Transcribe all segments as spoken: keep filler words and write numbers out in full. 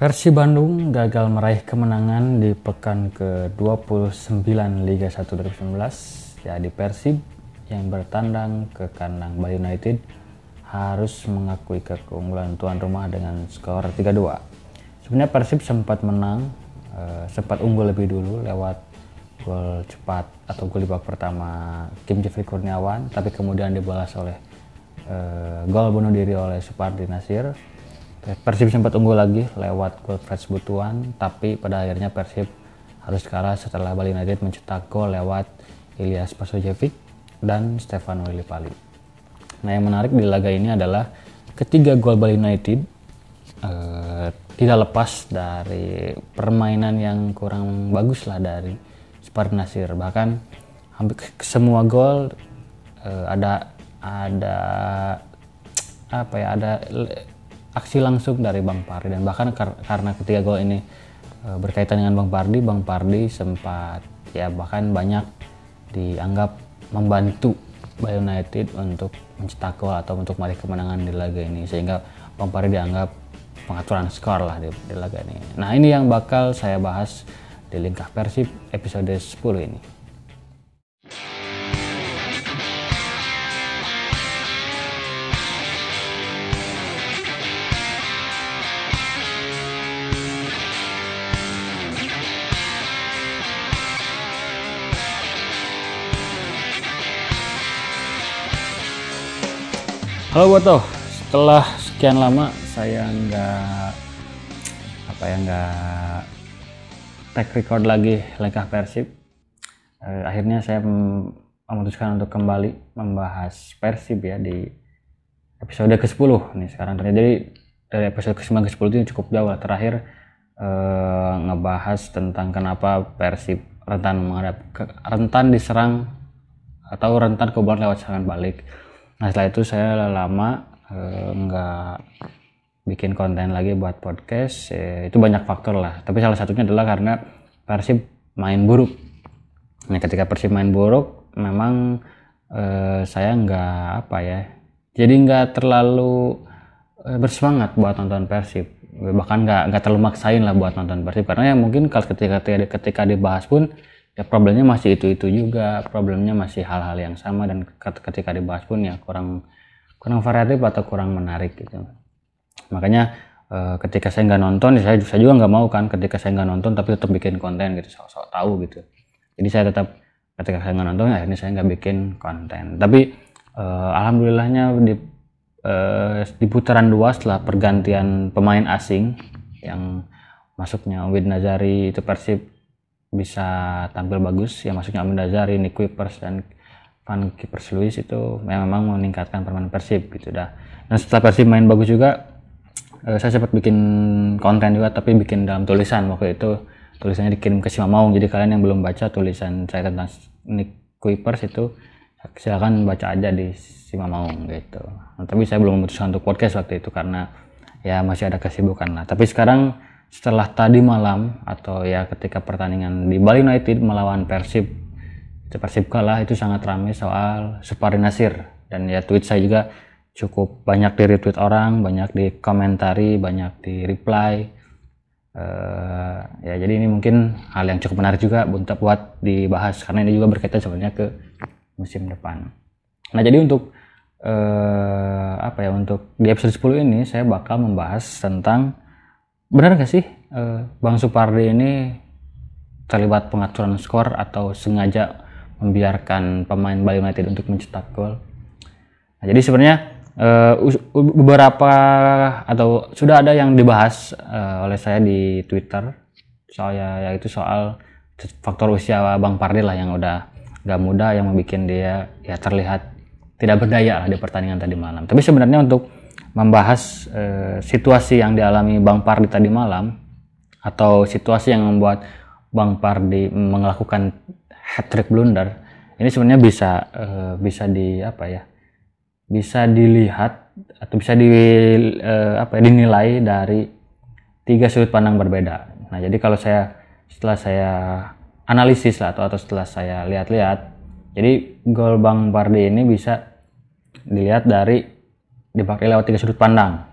Persib Bandung gagal meraih kemenangan di pekan ke dua puluh sembilan Liga satu dua ribu sembilan belas. Jadi Persib yang bertandang ke kandang Bali United harus mengakui keunggulan tuan rumah dengan skor tiga dua. Sebenarnya Persib sempat menang, eh, sempat unggul lebih dulu lewat gol cepat atau gol di babak pertama Kim Jeffrey Kurniawan, tapi kemudian dibalas oleh eh, gol bunuh diri oleh Supardi Nasir. Persib sempat unggul lagi lewat gol Freds Butuan, tapi pada akhirnya Persib harus kalah setelah Bali United mencetak gol lewat Ilyas Pasojevic dan Stefano Lillipali. Nah, yang menarik di laga ini adalah ketiga gol Bali United eh, tidak lepas dari permainan yang kurang bagus lah dari Supardi Nasir. Bahkan hampir semua gol eh, ada ada apa ya ada aksi langsung dari Bang Pardi, dan bahkan kar- karena ketiga gol ini e, berkaitan dengan Bang Pardi, Bang Pardi sempat ya bahkan banyak dianggap membantu Bali United untuk mencetak gol atau untuk meraih kemenangan di laga ini, sehingga Bang Pardi dianggap pengaturan skor lah di, di laga ini. Nah, ini yang bakal saya bahas di Lingkah Persib episode sepuluh ini. Halo Boto, setelah sekian lama saya nggak apa ya nggak tag record lagi Lingkah Persib. Eh, akhirnya saya memutuskan untuk kembali membahas Persib ya di episode ke sepuluh nih sekarang. Jadi dari episode ke sembilan ke sepuluh itu cukup jauh lah. Terakhir eh, ngebahas tentang kenapa Persib rentan menghadap rentan diserang atau rentan kebobolan lewat serangan balik. Nah, setelah itu saya lama eh, nggak bikin konten lagi buat podcast. Eh, itu banyak faktor lah, tapi salah satunya adalah karena Persib main buruk. Nah, ketika Persib main buruk, memang eh, saya nggak apa ya, jadi nggak terlalu eh, bersemangat buat nonton Persib. Bahkan nggak nggak terlalu maksain lah buat nonton Persib, karena ya mungkin kalau ketika ketika dibahas pun ya problemnya masih itu-itu juga, problemnya masih hal-hal yang sama, dan ketika dibahas pun ya kurang kurang variatif atau kurang menarik gitu. Makanya eh, ketika saya nggak nonton, ya saya, saya juga nggak mau kan ketika saya nggak nonton tapi tetap bikin konten gitu, sok-sok tahu gitu. Jadi saya tetap ketika saya nggak nonton, akhirnya saya nggak bikin konten. Tapi eh, alhamdulillahnya di eh, di putaran dua setelah pergantian pemain asing yang masuknya Wid Nazari, itu Persib bisa tampil bagus. Yang masuknya Amin Nazari, Nick Kuipers dan Van Kippers Lewis itu memang meningkatkan permainan Persib gitu dah. Dan setelah Persib main bagus juga, eh, saya sempat bikin konten juga, tapi bikin dalam tulisan. Waktu itu tulisannya dikirim ke Simamaung, jadi kalian yang belum baca tulisan saya tentang Nick Kuipers itu silakan baca aja di Simamaung gitu. Nah, tapi saya belum memutuskan untuk podcast waktu itu karena ya masih ada kesibukan lah. Tapi sekarang setelah tadi malam atau ya ketika pertandingan di Bali United melawan Persib, Persib kalah, itu sangat ramai soal Supardi Nasir, dan ya tweet saya juga cukup banyak di retweet orang, banyak di komentari, banyak di reply. Uh, ya jadi ini mungkin hal yang cukup menarik juga untuk buat dibahas karena ini juga berkaitan sebenarnya ke musim depan. Nah, jadi untuk uh, apa ya untuk di episode sepuluh ini saya bakal membahas tentang benar gak sih uh, Bang Supardi ini terlibat pengaturan skor atau sengaja membiarkan pemain Bali United untuk mencetak gol. Nah, jadi sebenarnya uh, beberapa atau sudah ada yang dibahas uh, oleh saya di Twitter soal yaitu soal faktor usia Bang Pardi lah yang udah gak muda, yang membuat dia ya terlihat tidak berdaya lah di pertandingan tadi malam. Tapi sebenarnya untuk membahas eh, situasi yang dialami Bang Pardi tadi malam atau situasi yang membuat Bang Pardi melakukan hat-trick blunder, ini sebenarnya bisa eh, bisa di apa ya bisa dilihat atau bisa di eh, apa ya, dinilai dari tiga sudut pandang berbeda. Nah, jadi kalau saya setelah saya analisis lah atau, atau setelah saya lihat-lihat, jadi gol Bang Pardi ini bisa dilihat dari dipakai lewat tiga sudut pandang.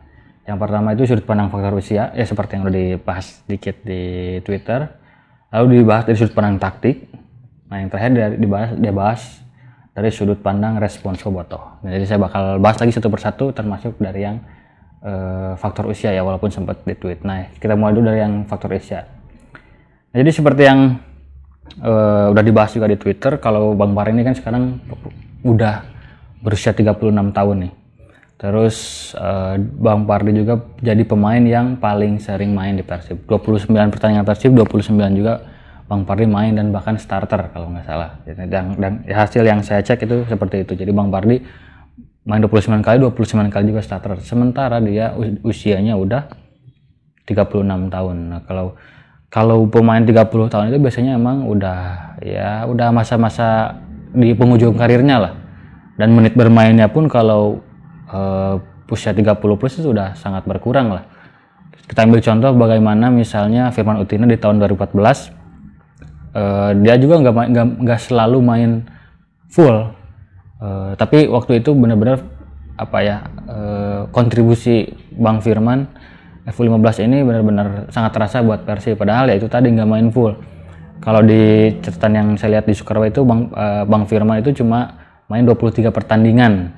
Yang pertama itu sudut pandang faktor usia, ya seperti yang udah dibahas sedikit di Twitter. Lalu dibahas dari sudut pandang taktik. Nah yang terakhir dia dibahas, dia bahas dari sudut pandang respons bobotoh. Nah, jadi saya bakal bahas lagi satu persatu termasuk dari yang uh, faktor usia ya, walaupun sempat di tweet. Nah kita mulai dulu dari yang faktor usia. Nah, jadi seperti yang uh, udah dibahas juga di Twitter, kalau Bang Fahri ini kan sekarang udah berusia tiga puluh enam tahun nih. Terus uh, Bang Pardi juga jadi pemain yang paling sering main di Persib. dua puluh sembilan pertandingan Persib, dua puluh sembilan juga Bang Pardi main dan bahkan starter kalau nggak salah. Dan, dan hasil yang saya cek itu seperti itu. Jadi Bang Pardi main dua puluh sembilan kali, dua puluh sembilan kali juga starter. Sementara dia usianya udah tiga puluh enam tahun. Nah, kalau kalau pemain tiga puluh tahun itu biasanya emang udah ya udah masa-masa di penghujung karirnya lah. Dan menit bermainnya pun kalau Uh, usia tiga puluh plus itu sudah sangat berkurang lah. Kita ambil contoh bagaimana misalnya Firman Utina di tahun dua ribu empat belas, uh, dia juga nggak nggak selalu main full, uh, tapi waktu itu benar-benar apa ya uh, kontribusi Bang Firman F U lima belas ini benar-benar sangat terasa buat Persib. Padahal ya itu tadi nggak main full. Kalau di catatan yang saya lihat di Sukarwa itu Bang uh, Bang Firman itu cuma main dua puluh tiga pertandingan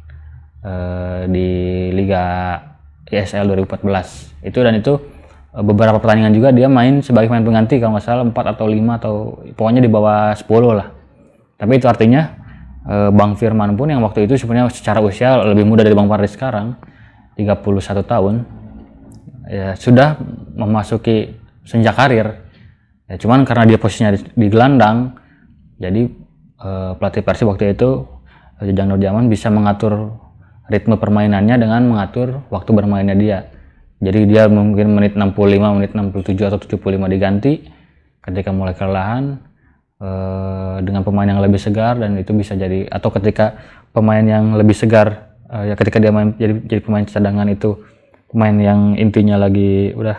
di Liga I S L dua ribu empat belas itu, dan itu beberapa pertandingan juga dia main sebagai pemain pengganti kalau nggak salah empat atau lima atau pokoknya di bawah sepuluh lah. Tapi itu artinya Bang Firman pun yang waktu itu sebenarnya secara usia lebih muda dari Bang Pardi sekarang, tiga puluh satu tahun, ya sudah memasuki senja karir. Ya, cuman karena dia posisinya di, di gelandang, jadi pelatih Persib waktu itu Jajang Nurjaman bisa mengatur ritme permainannya dengan mengatur waktu bermainnya dia. Jadi dia mungkin menit enam puluh lima, menit enam puluh tujuh atau tujuh puluh lima diganti ketika mulai kelelahan eh, dengan pemain yang lebih segar, dan itu bisa jadi, atau ketika pemain yang lebih segar eh, ya ketika dia main jadi jadi pemain cadangan itu pemain yang intinya lagi udah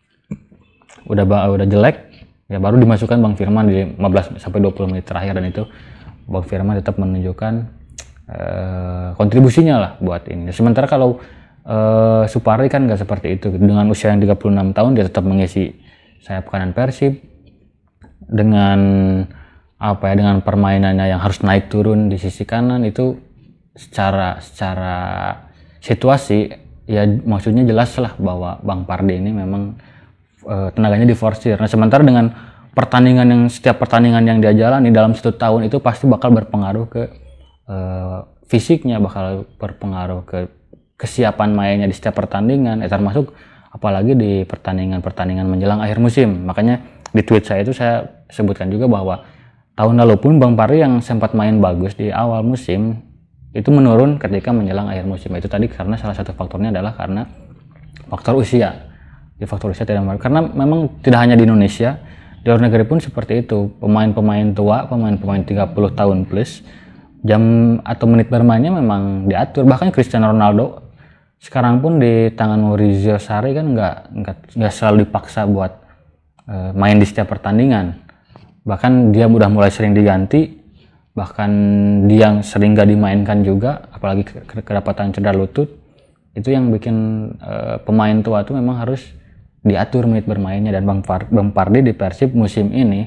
udah udah jelek, ya baru dimasukkan Bang Firman di lima belas sampai dua puluh menit terakhir, dan itu Bang Firman tetap menunjukkan Uh, kontribusinya lah buat ini. Sementara kalau uh, Supari kan nggak seperti itu. Dengan usia yang tiga puluh enam tahun dia tetap mengisi sayap kanan Persib dengan apa ya dengan permainannya yang harus naik turun di sisi kanan. Itu secara secara situasi ya maksudnya jelas lah bahwa Bang Pardi ini memang uh, tenaganya diforsir. Nah sementara dengan pertandingan yang setiap pertandingan yang dia jalani dalam satu tahun itu pasti bakal berpengaruh ke Uh, fisiknya, bakal berpengaruh ke kesiapan mainnya di setiap pertandingan, eh, termasuk apalagi di pertandingan-pertandingan menjelang akhir musim. Makanya di tweet saya itu saya sebutkan juga bahwa tahun lalu pun Bang Pardi yang sempat main bagus di awal musim itu menurun ketika menjelang akhir musim. Itu tadi karena salah satu faktornya adalah karena faktor usia. Di faktor usia tidak main. Karena memang tidak hanya di Indonesia, di luar negeri pun seperti itu. Pemain-pemain tua, pemain-pemain tiga puluh tahun plus, jam atau menit bermainnya memang diatur. Bahkan Cristiano Ronaldo sekarang pun di tangan Maurizio Sarri kan nggak nggak nggak selalu dipaksa buat uh, main di setiap pertandingan. Bahkan dia udah mulai sering diganti, bahkan dia yang sering nggak dimainkan juga, apalagi kedapatan cedera lutut. Itu yang bikin uh, pemain tua itu memang harus diatur menit bermainnya, dan Bang Par- Bang Pardi di Persib musim ini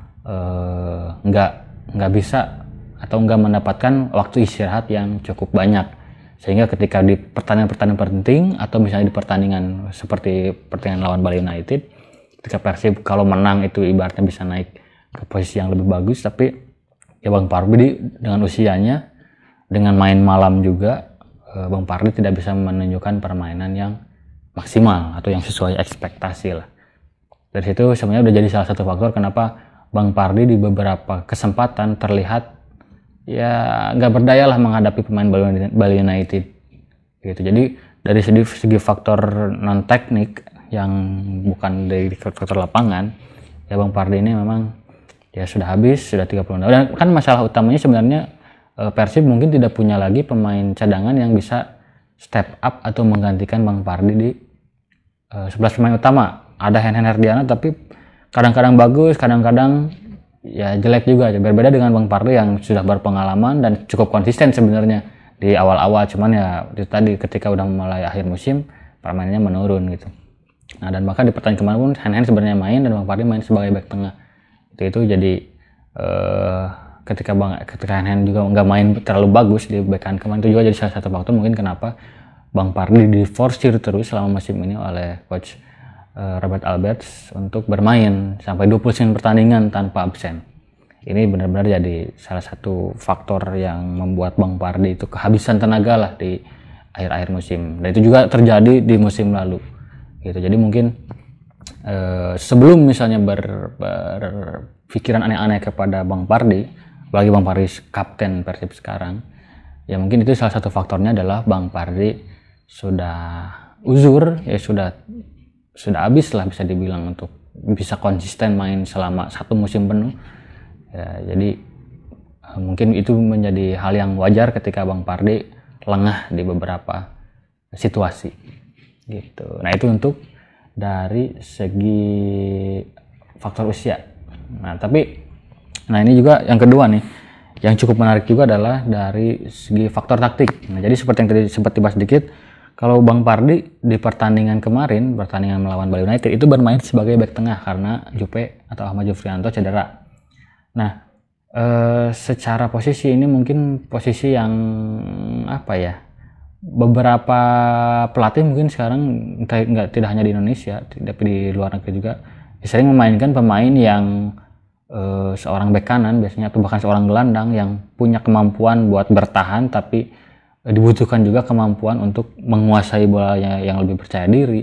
uh, nggak nggak bisa atau enggak mendapatkan waktu istirahat yang cukup banyak, sehingga ketika di pertandingan-pertandingan penting atau misalnya di pertandingan seperti pertandingan lawan Bali United, ketika Persib kalau menang itu ibaratnya bisa naik ke posisi yang lebih bagus, tapi ya Bang Pardi dengan usianya, dengan main malam juga, Bang Pardi tidak bisa menunjukkan permainan yang maksimal atau yang sesuai ekspektasi lah. Dari situ sebenarnya udah jadi salah satu faktor kenapa Bang Pardi di beberapa kesempatan terlihat ya nggak berdaya lah menghadapi pemain Bali United gitu. Jadi dari segi, segi faktor non teknik yang bukan dari faktor lapangan, ya Bang Pardi ini memang ya sudah habis, sudah tiga puluh tahun. Dan kan masalah utamanya sebenarnya Persib mungkin tidak punya lagi pemain cadangan yang bisa step up atau menggantikan Bang Pardi di uh, sebelas pemain utama. Ada Hen Hen Herdiana tapi kadang-kadang bagus, kadang-kadang ya jelek juga. Berbeda dengan Bang Pardi yang sudah berpengalaman dan cukup konsisten sebenarnya di awal-awal, cuman ya itu tadi ketika udah mulai akhir musim permainannya menurun gitu. Nah, dan bahkan di pertandingan kemarin pun hand-hand sebenarnya main dan Bang Pardi main sebagai back tengah. Itu itu jadi uh, ketika Bang ketika hand-hand juga nggak main terlalu bagus di back kanan kemarin, itu juga jadi salah satu faktor mungkin kenapa Bang Pardi diforsir terus selama musim ini oleh coach uh, Robert Alberts untuk bermain sampai dua puluh sembilan pertandingan tanpa absen. Ini benar-benar jadi salah satu faktor yang membuat Bang Pardi itu kehabisan tenaga lah di akhir-akhir musim. Dan itu juga terjadi di musim lalu. Gitu. Jadi mungkin eh, sebelum misalnya ber, berpikiran aneh-aneh kepada Bang Pardi, apalagi Bang Pardi kapten Persib sekarang, ya mungkin itu salah satu faktornya adalah Bang Pardi sudah uzur, ya sudah sudah habis lah bisa dibilang untuk bisa konsisten main selama satu musim penuh. Ya, jadi mungkin itu menjadi hal yang wajar ketika Bang Pardi lengah di beberapa situasi gitu. Nah, itu untuk dari segi faktor usia. Nah, tapi nah ini juga yang kedua nih, yang cukup menarik juga adalah dari segi faktor taktik. Nah, jadi seperti yang tadi sempat dibahas sedikit, kalau Bang Pardi di pertandingan kemarin, pertandingan melawan Bali United itu bermain sebagai bek tengah karena Jupe atau Ahmad Jufrianto cedera. Nah, eh, secara posisi ini mungkin posisi yang apa ya? Beberapa pelatih mungkin sekarang nggak tidak hanya di Indonesia, tapi di luar negeri juga sering memainkan pemain yang eh, seorang bek kanan biasanya atau bahkan seorang gelandang yang punya kemampuan buat bertahan, tapi eh, dibutuhkan juga kemampuan untuk menguasai bolanya yang lebih percaya diri,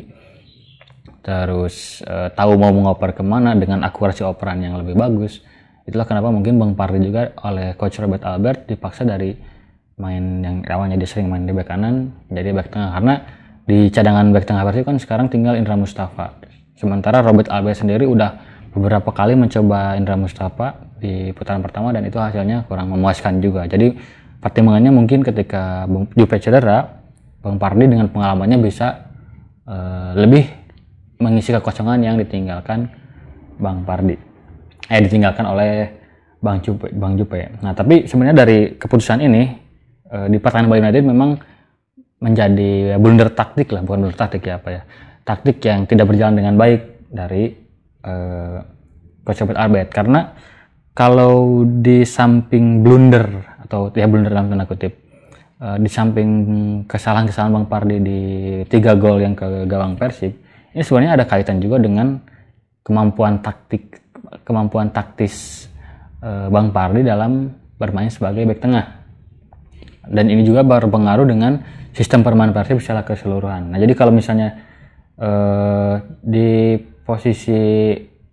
terus eh, tahu mau mengoper kemana dengan akurasi operan yang lebih bagus. Itulah kenapa mungkin Bang Pardi juga oleh coach Robert Albert dipaksa dari main yang awalnya dia sering main di bek kanan jadi bek tengah, karena di cadangan bek tengah Persib kan sekarang tinggal Indra Mustafa. Sementara Robert Albert sendiri udah beberapa kali mencoba Indra Mustafa di putaran pertama dan itu hasilnya kurang memuaskan juga. Jadi pertimbangannya mungkin ketika Jupe cedera, Bang Pardi dengan pengalamannya bisa uh, lebih mengisi kekosongan yang ditinggalkan Bang Pardi. Eh ditinggalkan oleh Bang Jupe, Bang Jupe. Nah, tapi sebenarnya dari keputusan ini di pertandingan Bali United memang menjadi blunder taktik lah, bukan blunder taktik ya apa ya, taktik yang tidak berjalan dengan baik dari uh, coach Robert Albert. Karena kalau di samping blunder atau ya blunder dalam tanda kutip, uh, di samping kesalahan-kesalahan Bang Pardi di tiga gol yang ke gawang Persib, ini sebenarnya ada kaitan juga dengan kemampuan taktik, kemampuan taktis uh, Bang Pardi dalam bermain sebagai bek tengah. Dan ini juga berpengaruh dengan sistem permainan Persib secara keseluruhan. Nah, jadi kalau misalnya eh, di posisi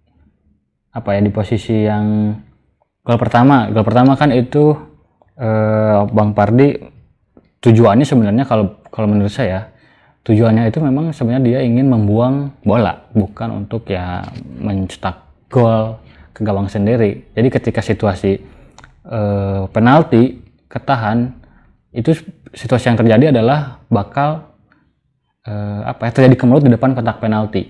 apa ya, di posisi yang gol pertama, gol pertama kan itu eh, Bang Pardi tujuannya sebenarnya kalau kalau menurut saya tujuannya itu memang sebenarnya dia ingin membuang bola, bukan untuk ya mencetak gol ke gawang sendiri. Jadi ketika situasi eh, penalti ketahan, itu situasi yang terjadi adalah bakal eh, apa ya terjadi kemelut di depan kotak penalti.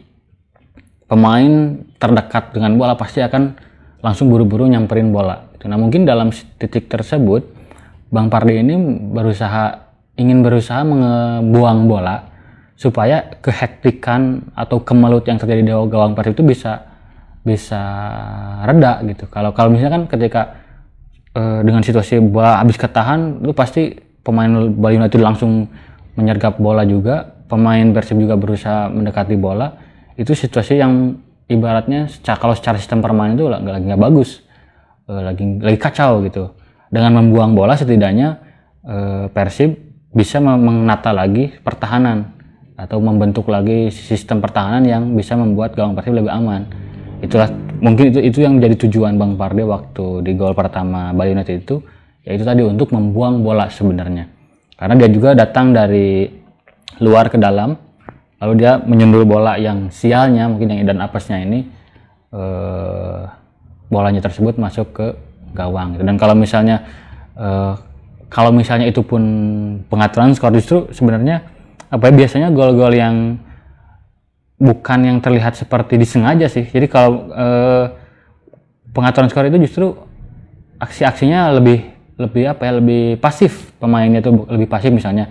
Pemain terdekat dengan bola pasti akan langsung buru-buru nyamperin bola. Nah, mungkin dalam titik tersebut Bang Pardi ini berusaha ingin berusaha membuang bola supaya kehektikan atau kemelut yang terjadi di gawang Persib itu bisa bisa reda gitu. Kalau kalau misalnya kan ketika eh, dengan situasi bola habis ketahan, itu pasti pemain Bali United langsung menyergap bola juga, pemain Persib juga berusaha mendekati bola. Itu situasi yang ibaratnya secara, kalau secara sistem permainan itu lagi lagi nggak bagus, e, lagi lagi kacau gitu. Dengan membuang bola setidaknya e, Persib bisa menata lagi pertahanan atau membentuk lagi sistem pertahanan yang bisa membuat gawang Persib lebih aman. Itulah mungkin itu itu yang menjadi tujuan Bang Pardi waktu di gol pertama Bali United itu, yaitu tadi untuk membuang bola sebenarnya. Karena dia juga datang dari luar ke dalam, lalu dia menyundul bola yang sialnya mungkin yang Idan Apesnya ini eh, bolanya tersebut masuk ke gawang. Dan kalau misalnya eh, kalau misalnya itu pun pengaturan skor, justru sebenarnya apa ya, biasanya gol-gol yang bukan yang terlihat seperti disengaja sih. Jadi kalau eh, pengaturan skor itu justru aksi-aksinya lebih lebih apa ya lebih pasif, pemainnya itu lebih pasif. Misalnya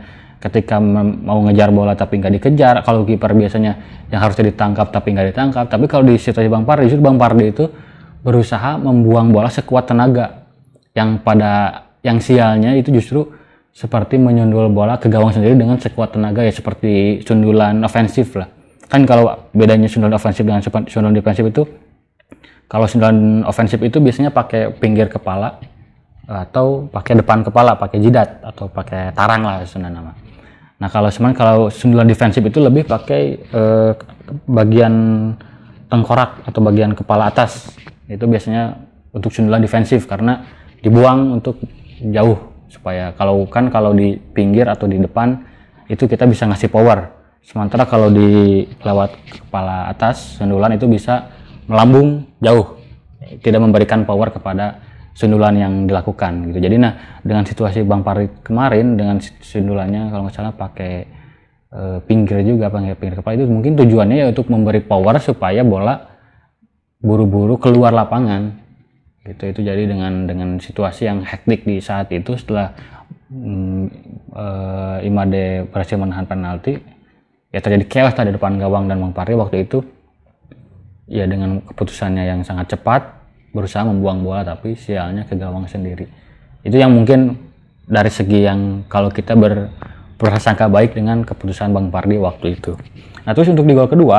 ketika mau ngejar bola tapi nggak dikejar. Kalau kiper biasanya yang harusnya ditangkap tapi nggak ditangkap. Tapi kalau di situasi Bang Pardi, justru Bang Pardi itu berusaha membuang bola sekuat tenaga, yang pada yang sialnya itu justru seperti menyundul bola ke gawang sendiri dengan sekuat tenaga, ya seperti sundulan ofensif lah. Kan kalau bedanya sundulan ofensif dengan sundulan defensif itu, kalau sundulan ofensif itu biasanya pakai pinggir kepala atau pakai depan kepala, pakai jidat atau pakai tarang lah sundulan nama. Nah kalau sebenarnya kalau sundulan defensif itu lebih pakai eh, bagian tengkorak atau bagian kepala atas. Itu biasanya untuk sundulan defensif karena dibuang untuk jauh, supaya kalau kan kalau di pinggir atau di depan itu kita bisa ngasih power, sementara kalau di lewat kepala atas sundulan itu bisa melambung jauh, tidak memberikan power kepada sundulan yang dilakukan gitu. Jadi nah dengan situasi Bang Pardi kemarin dengan sundulannya kalau nggak salah pakai e, pinggir juga, pakai pinggir kepala, itu mungkin tujuannya ya untuk memberi power supaya bola buru-buru keluar lapangan gitu. Itu jadi dengan dengan situasi yang hektik di saat itu, setelah mm, uh, Imade berhasil menahan penalti, ya terjadi chaos di depan gawang, dan Bang Pardi waktu itu ya dengan keputusannya yang sangat cepat berusaha membuang bola tapi sialnya ke gawang sendiri. Itu yang mungkin dari segi yang kalau kita ber, berprasangka baik dengan keputusan Bang Pardi waktu itu. Nah terus untuk di gol kedua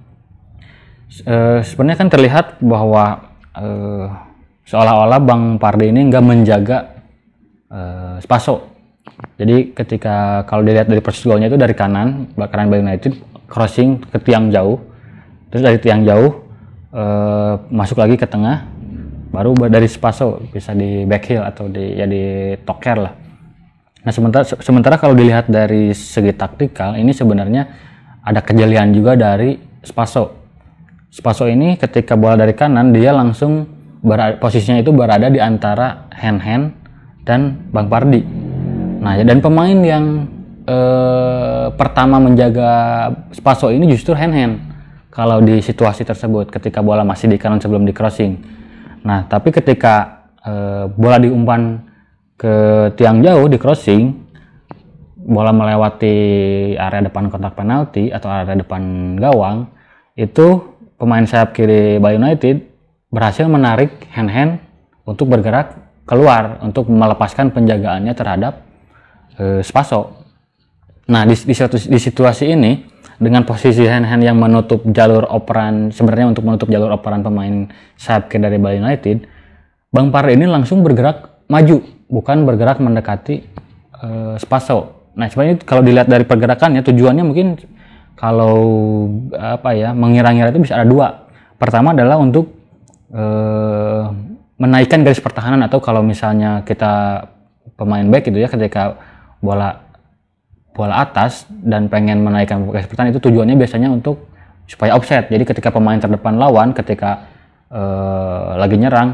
uh, sebenarnya kan terlihat bahwa uh, seolah-olah Bang Pardi ini nggak menjaga uh, Spaso. Jadi ketika kalau dilihat dari proses golnya itu dari kanan, kanan Bali United crossing ke tiang jauh, terus dari tiang jauh uh, masuk lagi ke tengah, baru dari Spaso bisa di backheel atau di ya di toker lah. Nah sementara sementara kalau dilihat dari segi taktikal, ini sebenarnya ada kejelian juga dari Spaso. Spaso ini ketika bola dari kanan dia langsung Berada, posisinya itu berada di antara Hen-Hen dan Bang Pardi. Nah, dan pemain yang eh, pertama menjaga Spaso ini justru Hen-Hen kalau di situasi tersebut ketika bola masih di kanan sebelum di crossing. Nah, tapi ketika eh, bola diumpan ke tiang jauh di crossing, bola melewati area depan kotak penalti atau area depan gawang, itu pemain sayap kiri Bali United berhasil menarik Hen-Hen untuk bergerak keluar untuk melepaskan penjagaannya terhadap e, Spaso. Nah di, di, di situasi ini dengan posisi Hen-Hen yang menutup jalur operan, sebenarnya untuk menutup jalur operan pemain sayap kiri dari Bali United, Bang Pardi ini langsung bergerak maju, bukan bergerak mendekati e, Spaso. Nah sebenarnya kalau dilihat dari pergerakannya, tujuannya mungkin kalau apa ya mengira-ngira itu bisa ada dua. Pertama adalah untuk Uh, menaikkan garis pertahanan, atau kalau misalnya kita pemain back gitu ya, ketika bola bola atas dan pengen menaikkan garis pertahanan, itu tujuannya biasanya untuk supaya offset. Jadi ketika pemain terdepan lawan ketika uh, lagi nyerang,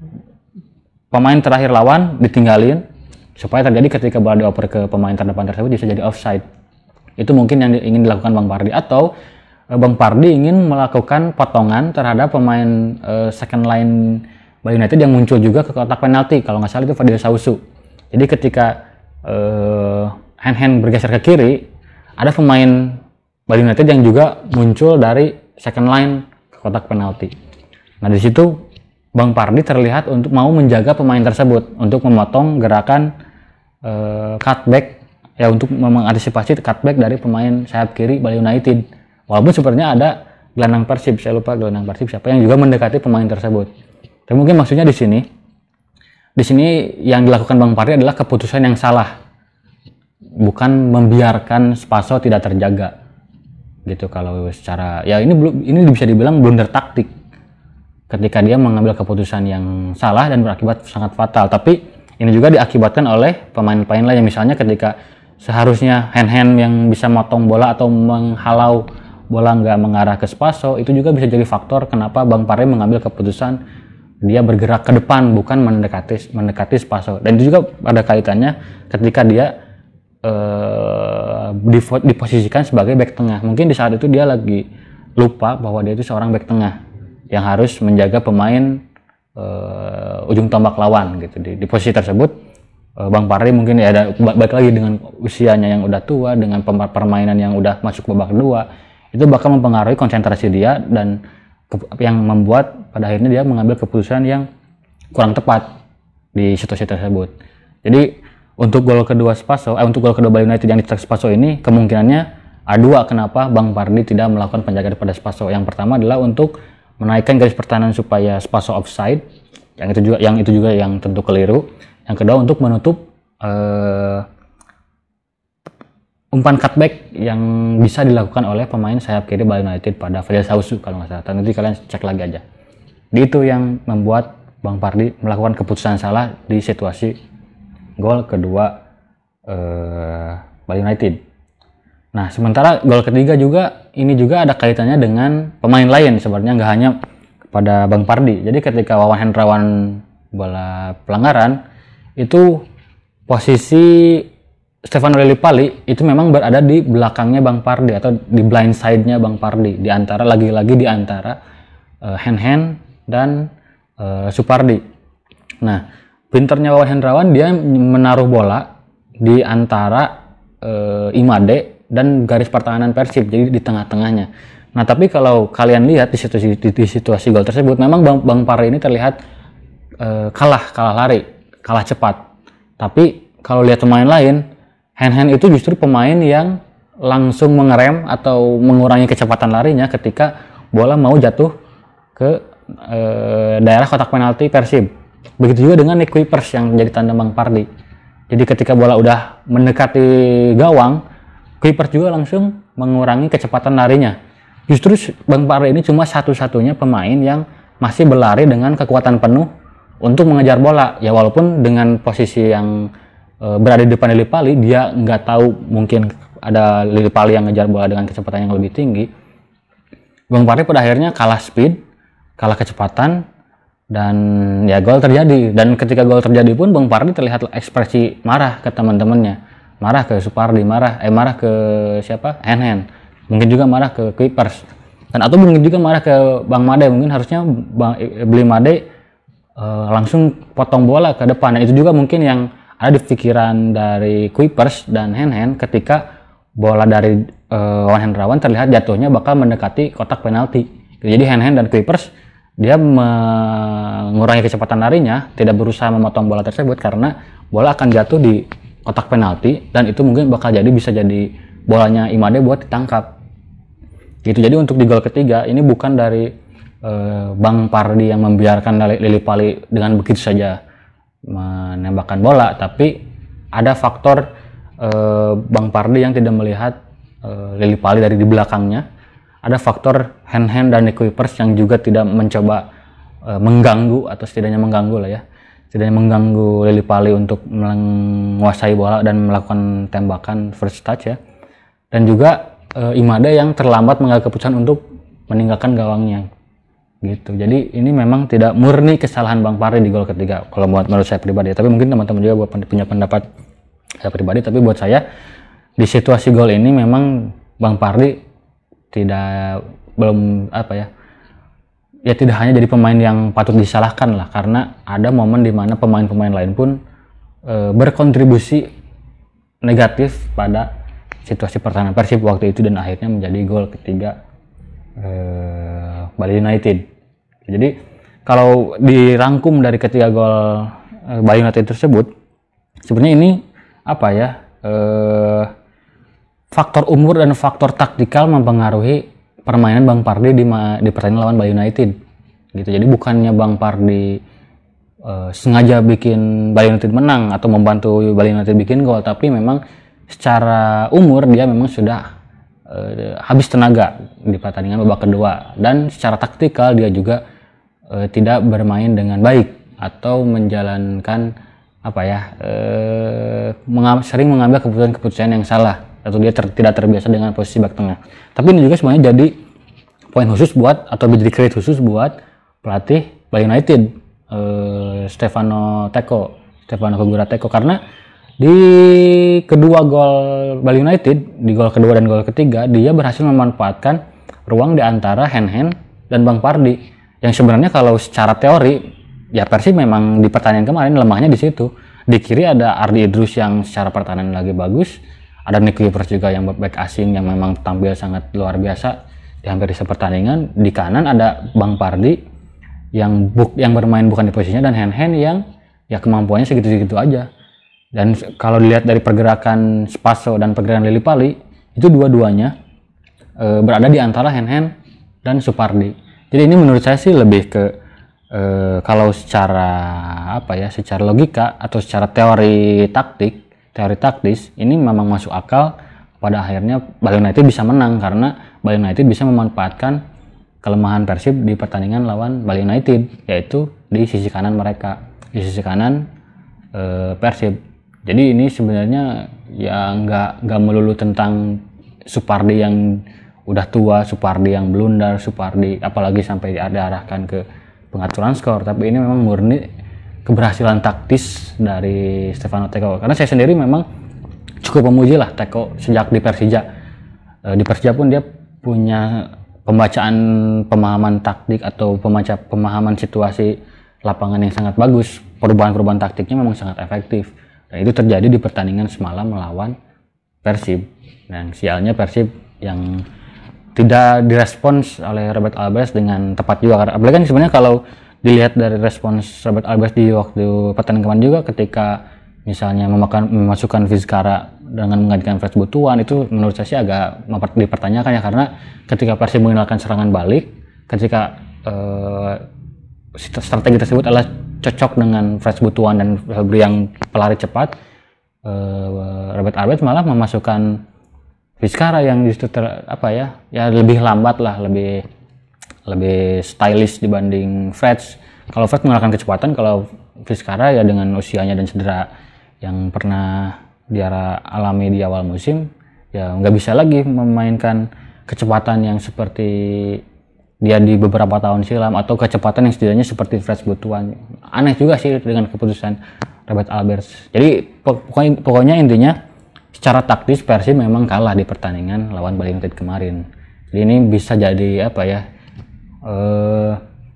pemain terakhir lawan ditinggalin supaya terjadi ketika bola dioper ke pemain terdepan tersebut bisa jadi offside. Itu mungkin yang ingin dilakukan Bang Pardi, atau Bang Pardi ingin melakukan potongan terhadap pemain uh, second line Bali United yang muncul juga ke kotak penalti. Kalau nggak salah itu Fadil Sausu. Jadi ketika uh, Hen-Hen bergeser ke kiri, ada pemain Bali United yang juga muncul dari second line ke kotak penalti. Nah di situ Bang Pardi terlihat untuk mau menjaga pemain tersebut untuk memotong gerakan uh, cutback, ya untuk mengantisipasi cutback dari pemain sayap kiri Bali United. Walaupun sebenarnya ada gelandang Persib, saya lupa gelandang Persib siapa yang juga mendekati pemain tersebut. Tapi mungkin maksudnya di sini, di sini yang dilakukan Bang Pardi adalah keputusan yang salah, bukan membiarkan Spaso tidak terjaga. Gitu kalau secara, ya ini belum, ini bisa dibilang blunder taktik. Ketika dia mengambil keputusan yang salah dan berakibat sangat fatal. Tapi ini juga diakibatkan oleh pemain-pemain lain, misalnya ketika seharusnya Hen-Hen yang bisa motong bola atau menghalau bola nggak mengarah ke Spaso, itu juga bisa jadi faktor kenapa Bang Pardi mengambil keputusan dia bergerak ke depan bukan mendekati mendekati Spaso. Dan itu juga ada kaitannya ketika dia eh, diposisikan sebagai back tengah. Mungkin di saat itu dia lagi lupa bahwa dia itu seorang back tengah yang harus menjaga pemain eh, ujung tombak lawan gitu. Di, di posisi tersebut uh, Bang Pardi mungkin ya ada baik lagi dengan usianya yang udah tua, dengan permainan yang udah masuk babak kedua, itu bakal mempengaruhi konsentrasi dia dan yang membuat pada akhirnya dia mengambil keputusan yang kurang tepat di situasi tersebut. Jadi untuk gol kedua Spaso, eh, untuk gol kedua Bali United yang dicetak Spaso ini kemungkinannya ada dua kenapa Bang Pardi tidak melakukan penjagaan pada Spaso. Yang pertama adalah untuk menaikkan garis pertahanan supaya Spaso offside, yang itu juga yang itu juga yang tentu keliru. Yang kedua untuk menutup uh, umpan cutback yang bisa dilakukan oleh pemain sayap kiri Bali United pada Fadil Sausu kalau nggak salah. Nanti kalian cek lagi aja. Di itu yang membuat Bang Pardi melakukan keputusan salah di situasi gol kedua uh, Bali United. Nah, sementara gol ketiga juga ini juga ada kaitannya dengan pemain lain sebenarnya, nggak hanya pada Bang Pardi. Jadi ketika Wawan Hendrawan bola pelanggaran itu posisi Stefano Lillipali itu memang berada di belakangnya Bang Pardi atau di blind side-nya Bang Pardi, di antara lagi-lagi di antara uh, Hen-Hen dan uh, Supardi. Nah, pinternya Wawan Hendrawan dia menaruh bola di antara uh, Imade dan garis pertahanan Persib, jadi di tengah-tengahnya. Nah, tapi kalau kalian lihat di situasi di, di situasi gol tersebut, memang Bang, Bang Pardi ini terlihat uh, kalah, kalah lari, kalah cepat. Tapi kalau lihat pemain lain, Hen-Hen itu justru pemain yang langsung mengerem atau mengurangi kecepatan larinya ketika bola mau jatuh ke uh, daerah kotak penalti Persib. Begitu juga dengan Nick Kuipers yang menjadi tanda Bang Pardi. Jadi ketika bola udah mendekati gawang, Kuipers juga langsung mengurangi kecepatan larinya. Justru Bang Pardi ini cuma satu-satunya pemain yang masih berlari dengan kekuatan penuh untuk mengejar bola. Ya walaupun dengan posisi yang e, berada di depan Lillipali, dia nggak tahu mungkin ada Lillipali yang ngejar bola dengan kecepatan yang lebih tinggi. Bang Pardi pada akhirnya kalah speed, kalah kecepatan, dan ya gol terjadi. Dan ketika gol terjadi pun Bang Pardi terlihat ekspresi marah ke teman-temannya. Marah ke Supardi, marah eh marah ke siapa? Hen-Hen. Mungkin juga marah ke Kuipers. Dan atau mungkin juga marah ke Bang Made. Mungkin harusnya Bang beli Made uh, langsung potong bola ke depan. Dan itu juga mungkin yang ada di pikiran dari Kuipers dan Hen-Hen ketika bola dari uh, Wawan Hendrawan terlihat jatuhnya bakal mendekati kotak penalti. Jadi Hen-Hen dan Kuipers dia mengurangi kecepatan larinya, tidak berusaha memotong bola tersebut karena bola akan jatuh di kotak penalti dan itu mungkin bakal jadi bisa jadi bolanya Imade buat ditangkap gitu. Jadi untuk di gol ketiga ini bukan dari uh, Bang Pardi yang membiarkan Lillipali dengan begitu saja menembakkan bola, tapi ada faktor uh, Bang Pardi yang tidak melihat uh, Lillipali dari di belakangnya. Ada faktor Hen-Hen dan Nick Kuipers yang juga tidak mencoba uh, mengganggu atau setidaknya mengganggu lah ya setidaknya mengganggu Lillipali untuk menguasai bola dan melakukan tembakan first touch ya. Dan juga e, Imade yang terlambat mengambil keputusan untuk meninggalkan gawangnya gitu. Jadi ini memang tidak murni kesalahan Bang Pardi di gol ketiga kalau buat menurut saya pribadi. Tapi mungkin teman-teman juga buat punya pendapat saya pribadi, tapi buat saya di situasi gol ini memang Bang Pardi tidak belum apa ya ya tidak hanya jadi pemain yang patut disalahkan lah, karena ada momen di mana pemain-pemain lain pun e, berkontribusi negatif pada situasi pertahanan Persib waktu itu dan akhirnya menjadi gol ketiga e, Bali United. Jadi kalau dirangkum dari ketiga gol e, Bali United tersebut, sebenarnya ini apa ya e, faktor umur dan faktor taktikal mempengaruhi permainan Bang Pardi di, di pertandingan lawan Bali United gitu. Jadi bukannya Bang Pardi uh, sengaja bikin Bali United menang atau membantu Bali United bikin gol, tapi memang secara umur dia memang sudah uh, habis tenaga di pertandingan babak kedua, dan secara taktikal dia juga uh, tidak bermain dengan baik atau menjalankan apa ya uh, mengam, sering mengambil keputusan-keputusan yang salah atau dia ter, tidak terbiasa dengan posisi back tengah. Tapi ini juga sebenarnya jadi poin khusus buat atau jadi kredit khusus buat pelatih Bali United eh, Stefano Teko, Stefano Kogura Teko, karena di kedua gol Bali United, di gol kedua dan gol ketiga, dia berhasil memanfaatkan ruang di antara Hen-Hen dan Bang Pardi yang sebenarnya kalau secara teori ya Persib memang di pertandingan kemarin lemahnya di situ. Di kiri ada Ardi Idrus yang secara pertahanan lagi bagus, ada Nick Kuipers juga yang back asing yang memang tampil sangat luar biasa di hampir di pertandingan. Di kanan ada Bang Pardi yang buk yang bermain bukan di posisinya, dan Hen Hen yang ya kemampuannya segitu-segitu aja. Dan kalau dilihat dari pergerakan Spaso dan pergerakan Lily Pali, itu dua-duanya e, berada di antara Hen Hen dan Supardi. Jadi ini menurut saya sih lebih ke e, kalau secara apa ya, secara logika atau secara teori taktik, teori taktis, ini memang masuk akal pada akhirnya Bali United bisa menang karena Bali United bisa memanfaatkan kelemahan Persib di pertandingan lawan Bali United, yaitu di sisi kanan mereka, di sisi kanan e, Persib. Jadi ini sebenarnya ya nggak nggak melulu tentang Supardi yang udah tua, Supardi yang blunder, Supardi apalagi sampai diarahkan ke pengaturan skor, tapi ini memang murni keberhasilan taktis dari Stefano Teko. Karena saya sendiri memang cukup memuji lah Teko sejak di Persija. E, di Persija pun dia punya pembacaan pemahaman taktik atau pembaca pemahaman situasi lapangan yang sangat bagus. Perubahan-perubahan taktiknya memang sangat efektif. Dan itu terjadi di pertandingan semalam melawan Persib. Dan sialnya Persib yang tidak direspons oleh Robert Alvarez dengan tepat juga. Apalagi kan sebenarnya kalau dilihat dari respons Robert Alvarez di waktu pertandingan kemarin juga, ketika misalnya memakan, memasukkan Vizcara dengan menggantikan Fred Butuan, itu menurut saya sih agak dipertanyakan ya, karena ketika Persib mengenalkan serangan balik, ketika uh, strategi tersebut adalah cocok dengan Fred Butuan dan Febri yang pelari cepat, uh, Robert Alvarez malah memasukkan Vizcara yang justru ter, apa ya ya lebih lambat lah, lebih lebih stylish dibanding Fred. Kalau Fred mengalahkan kecepatan, kalau Vizcara ya dengan usianya dan cedera yang pernah dia alami di awal musim, ya nggak bisa lagi memainkan kecepatan yang seperti dia di beberapa tahun silam, atau kecepatan yang setidaknya seperti Fred Butuan. Aneh juga sih dengan keputusan Robert Alvarez. Jadi pokoknya, pokoknya intinya secara taktis Persib memang kalah di pertandingan lawan Bali United kemarin. Jadi ini bisa jadi apa ya, uh,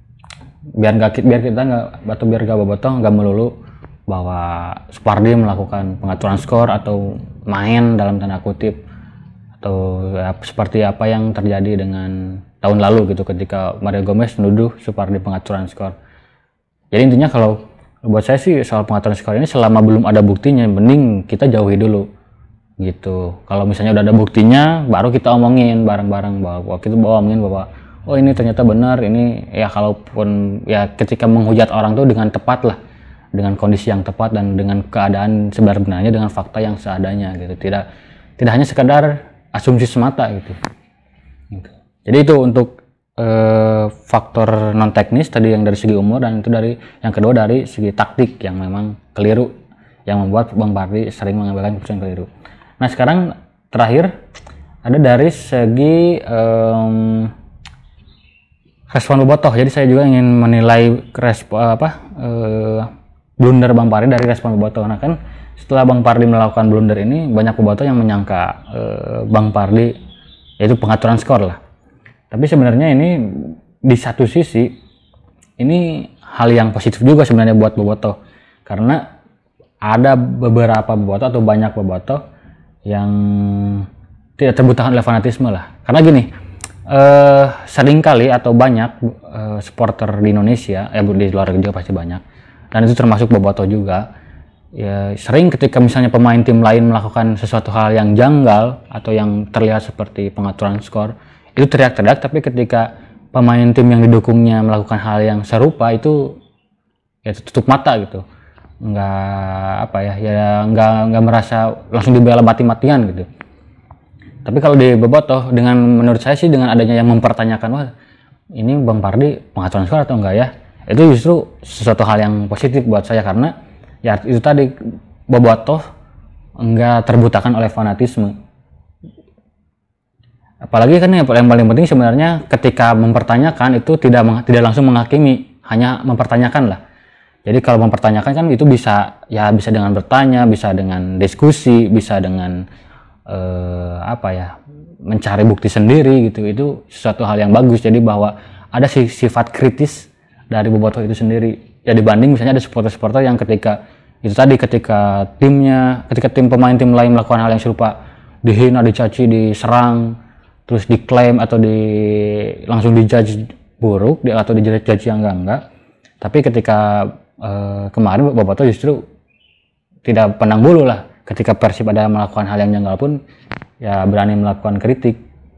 biar nggak biar kita nggak atau biar nggak bobotoh, nggak melulu bahwa Supardi melakukan pengaturan skor atau main dalam tanda kutip, atau ya, seperti apa yang terjadi dengan tahun lalu gitu ketika Mario Gomez menuduh Supardi pengaturan skor. Jadi intinya kalau buat saya sih soal pengaturan skor ini, selama belum ada buktinya mending kita jauhi dulu gitu. Kalau misalnya udah ada buktinya baru kita omongin bareng-bareng, bahwa kita bawa omongin bahwa oh ini ternyata benar, ini ya kalaupun ya ketika menghujat orang tuh dengan tepat lah, dengan kondisi yang tepat dan dengan keadaan sebenarnya, dengan fakta yang seadanya gitu. Tidak tidak hanya sekedar asumsi semata gitu. gitu. Jadi itu untuk eh, faktor non teknis tadi yang dari segi umur, dan itu dari yang kedua dari segi taktik yang memang keliru, yang membuat Bang Pardi sering mengambil keputusan keliru. Nah sekarang terakhir ada dari segi um, respon bobotoh. Jadi saya juga ingin menilai respon apa uh, blunder Bang Pardi dari respon bobotoh. Nah kan setelah Bang Pardi melakukan blunder ini, banyak bobotoh yang menyangka uh, Bang Pardi yaitu pengaturan skor lah. Tapi sebenarnya ini di satu sisi ini hal yang positif juga sebenarnya buat bobotoh, karena ada beberapa bobotoh atau banyak bobotoh yang tidak terbutakan oleh fanatisme lah. Karena gini, eh, sering kali atau banyak eh, supporter di Indonesia, ya di luar negeri juga pasti banyak, dan itu termasuk bobotoh juga, ya sering ketika misalnya pemain tim lain melakukan sesuatu hal yang janggal atau yang terlihat seperti pengaturan skor, itu teriak-teriak, tapi ketika pemain tim yang didukungnya melakukan hal yang serupa, itu ya tutup mata gitu, nggak apa ya ya nggak nggak merasa langsung dibela mati-matian gitu. Tapi kalau di bobotoh, dengan menurut saya sih dengan adanya yang mempertanyakan, wah ini Bang Pardi pengaturan skor atau enggak ya, itu justru sesuatu hal yang positif buat saya, karena ya itu tadi, bobotoh enggak terbutakan oleh fanatisme. Apalagi kan yang paling penting sebenarnya ketika mempertanyakan itu tidak tidak langsung menghakimi, hanya mempertanyakan lah. Jadi kalau mempertanyakan kan itu bisa ya bisa dengan bertanya, bisa dengan diskusi, bisa dengan eh, apa ya mencari bukti sendiri gitu. Itu sesuatu hal yang bagus. Jadi bahwa ada sifat kritis dari bobotoh itu sendiri. Ya dibanding misalnya ada supporter-supporter yang ketika itu tadi ketika timnya ketika tim pemain tim lain melakukan hal yang serupa, dihina, dicaci, diserang, terus diklaim atau di langsung dijudge buruk di, atau dijudge yang enggak enggak tapi ketika eh, kemarin Bobotoh justru tidak pandang bulu lah, ketika Persib ada melakukan hal yang janggal pun ya berani melakukan kritik.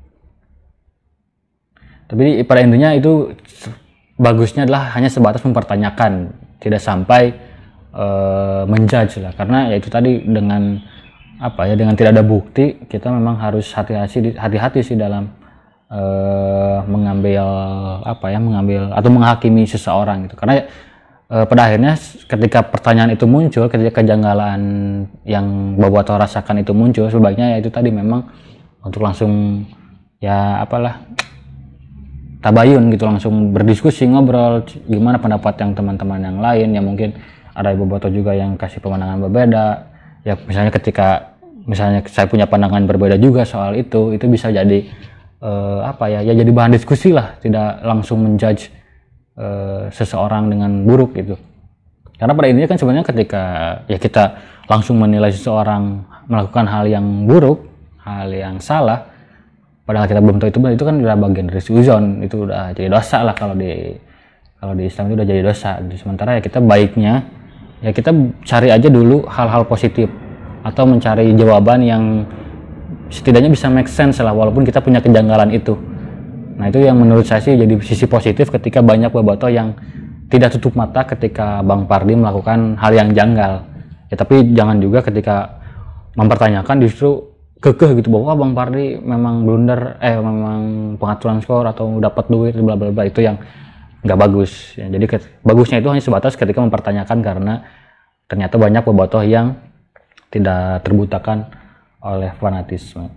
Tapi pada intinya itu bagusnya adalah hanya sebatas mempertanyakan, tidak sampai uh, menjudge lah, karena ya itu tadi dengan apa ya dengan tidak ada bukti kita memang harus hati-hati hati-hati sih dalam uh, mengambil apa ya mengambil atau menghakimi seseorang gitu, karena uh, pada akhirnya ketika pertanyaan itu muncul, ketika kejanggalan yang Bobotoh rasakan itu muncul, sebaiknya ya itu tadi memang untuk langsung ya apalah tabayun gitu, langsung berdiskusi, ngobrol gimana pendapat yang teman-teman yang lain yang mungkin ada Bobotoh juga yang kasih pemandangan berbeda ya, misalnya ketika misalnya saya punya pandangan berbeda juga soal itu itu bisa jadi uh, apa ya ya jadi bahan diskusi lah, tidak langsung menjudge uh, seseorang dengan buruk gitu, karena pada intinya kan sebenarnya ketika ya kita langsung menilai seseorang melakukan hal yang buruk, hal yang salah, padahal kita belum tahu itu benar, itu kan udah bagian dari suzon, itu udah jadi dosa lah kalau di kalau di Islam itu udah jadi dosa. Sementara ya kita baiknya ya kita cari aja dulu hal-hal positif atau mencari jawaban yang setidaknya bisa make sense lah walaupun kita punya kejanggalan itu. Nah itu yang menurut saya sih jadi sisi positif ketika banyak Bobotoh yang tidak tutup mata ketika Bang Pardi melakukan hal yang janggal ya, tapi jangan juga ketika mempertanyakan justru kekeh gitu bahwa Bang Pardi memang blunder eh memang pengaturan skor atau dapat duit bla bla bla, itu yang nggak bagus ya. Jadi ke, bagusnya itu hanya sebatas ketika mempertanyakan, karena ternyata banyak Bobotoh yang tidak terbutakan oleh fanatisme.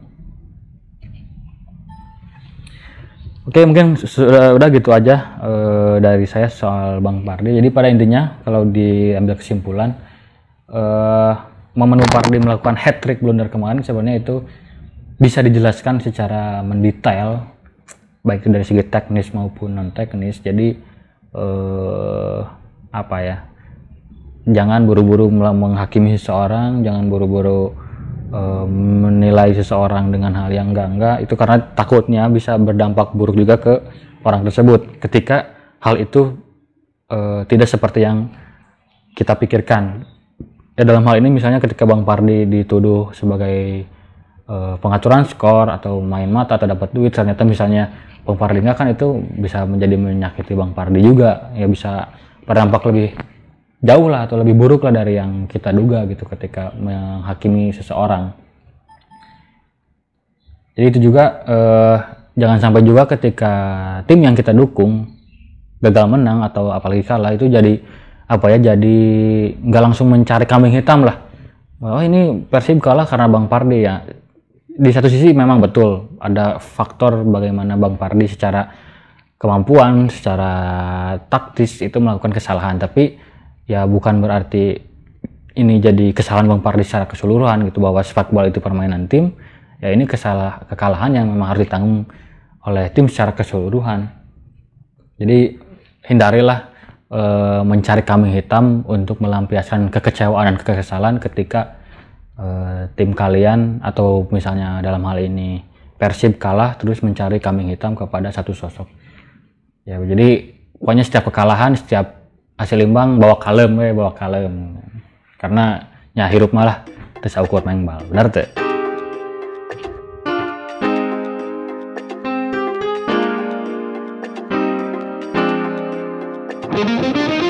Oke, mungkin sudah udah gitu aja e, dari saya soal Bang Pardi. Jadi pada intinya kalau diambil kesimpulan, e, momen Pardi melakukan hat-trick blunder kemarin sebenarnya itu bisa dijelaskan secara mendetail baik itu dari segi teknis maupun non teknis. Jadi eh, apa ya jangan buru-buru menghakimi seseorang, jangan buru-buru eh, menilai seseorang dengan hal yang enggak-enggak, itu karena takutnya bisa berdampak buruk juga ke orang tersebut ketika hal itu eh, tidak seperti yang kita pikirkan. Ya dalam hal ini misalnya ketika Bang Pardi dituduh sebagai uh, pengaturan skor atau main mata atau dapat duit, ternyata misalnya Bang Pardi enggak, kan itu bisa menjadi menyakiti Bang Pardi juga ya, bisa berdampak lebih jauh lah atau lebih buruk lah dari yang kita duga gitu ketika menghakimi seseorang. Jadi itu juga uh, jangan sampai juga ketika tim yang kita dukung gagal menang atau apalagi kalah itu jadi apa ya jadi nggak langsung mencari kambing hitam lah, oh ini Persib kalah karena Bang Pardi ya. Di satu sisi memang betul ada faktor bagaimana Bang Pardi secara kemampuan, secara taktis itu melakukan kesalahan, tapi ya bukan berarti ini jadi kesalahan Bang Pardi secara keseluruhan gitu, bahwa sepak bola itu permainan tim ya, ini kesalah kekalahan yang memang harus ditanggung oleh tim secara keseluruhan. Jadi hindarilah Uh, mencari kambing hitam untuk melampiaskan kekecewaan dan kekesalan ketika uh, tim kalian atau misalnya dalam hal ini Persib kalah terus mencari kambing hitam kepada satu sosok ya. Jadi pokoknya setiap kekalahan, setiap hasil imbang bawa kalem we, bawa kalem, karena nya hirup malah terus ukur main bal, benar tuh. Thank you.